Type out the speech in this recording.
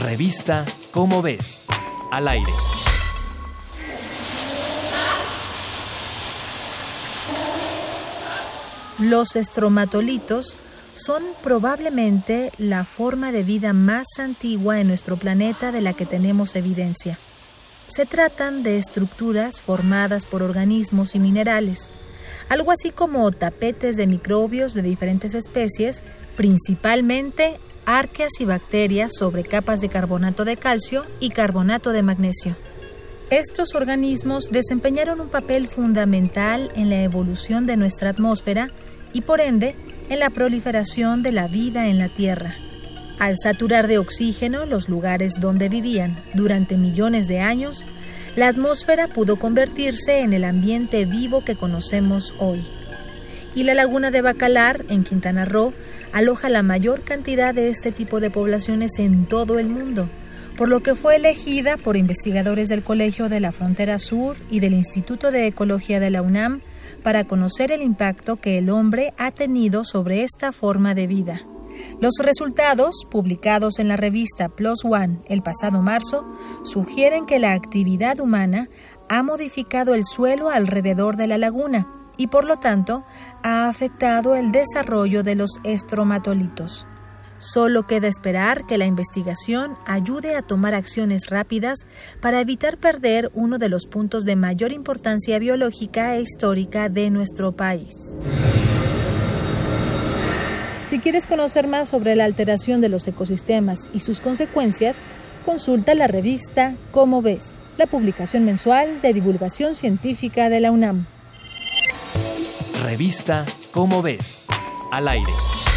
Revista Cómo Ves, al aire. Los estromatolitos son probablemente la forma de vida más antigua en nuestro planeta de la que tenemos evidencia. Se tratan de estructuras formadas por organismos y minerales, algo así como tapetes de microbios de diferentes especies, principalmente arqueas y bacterias sobre capas de carbonato de calcio y carbonato de magnesio. Estos organismos desempeñaron un papel fundamental en la evolución de nuestra atmósfera y, por ende, en la proliferación de la vida en la Tierra. Al saturar de oxígeno los lugares donde vivían durante millones de años, la atmósfera pudo convertirse en el ambiente vivo que conocemos hoy. Y la laguna de Bacalar, en Quintana Roo, aloja la mayor cantidad de este tipo de poblaciones en todo el mundo, por lo que fue elegida por investigadores del Colegio de la Frontera Sur y del Instituto de Ecología de la UNAM para conocer el impacto que el hombre ha tenido sobre esta forma de vida. Los resultados, publicados en la revista PLOS ONE el pasado marzo, sugieren que la actividad humana ha modificado el suelo alrededor de la laguna y, por lo tanto, ha afectado el desarrollo de los estromatolitos. Solo queda esperar que la investigación ayude a tomar acciones rápidas para evitar perder uno de los puntos de mayor importancia biológica e histórica de nuestro país. Si quieres conocer más sobre la alteración de los ecosistemas y sus consecuencias, consulta la revista Cómo Ves, la publicación mensual de divulgación científica de la UNAM. Revista Cómo Ves, al aire.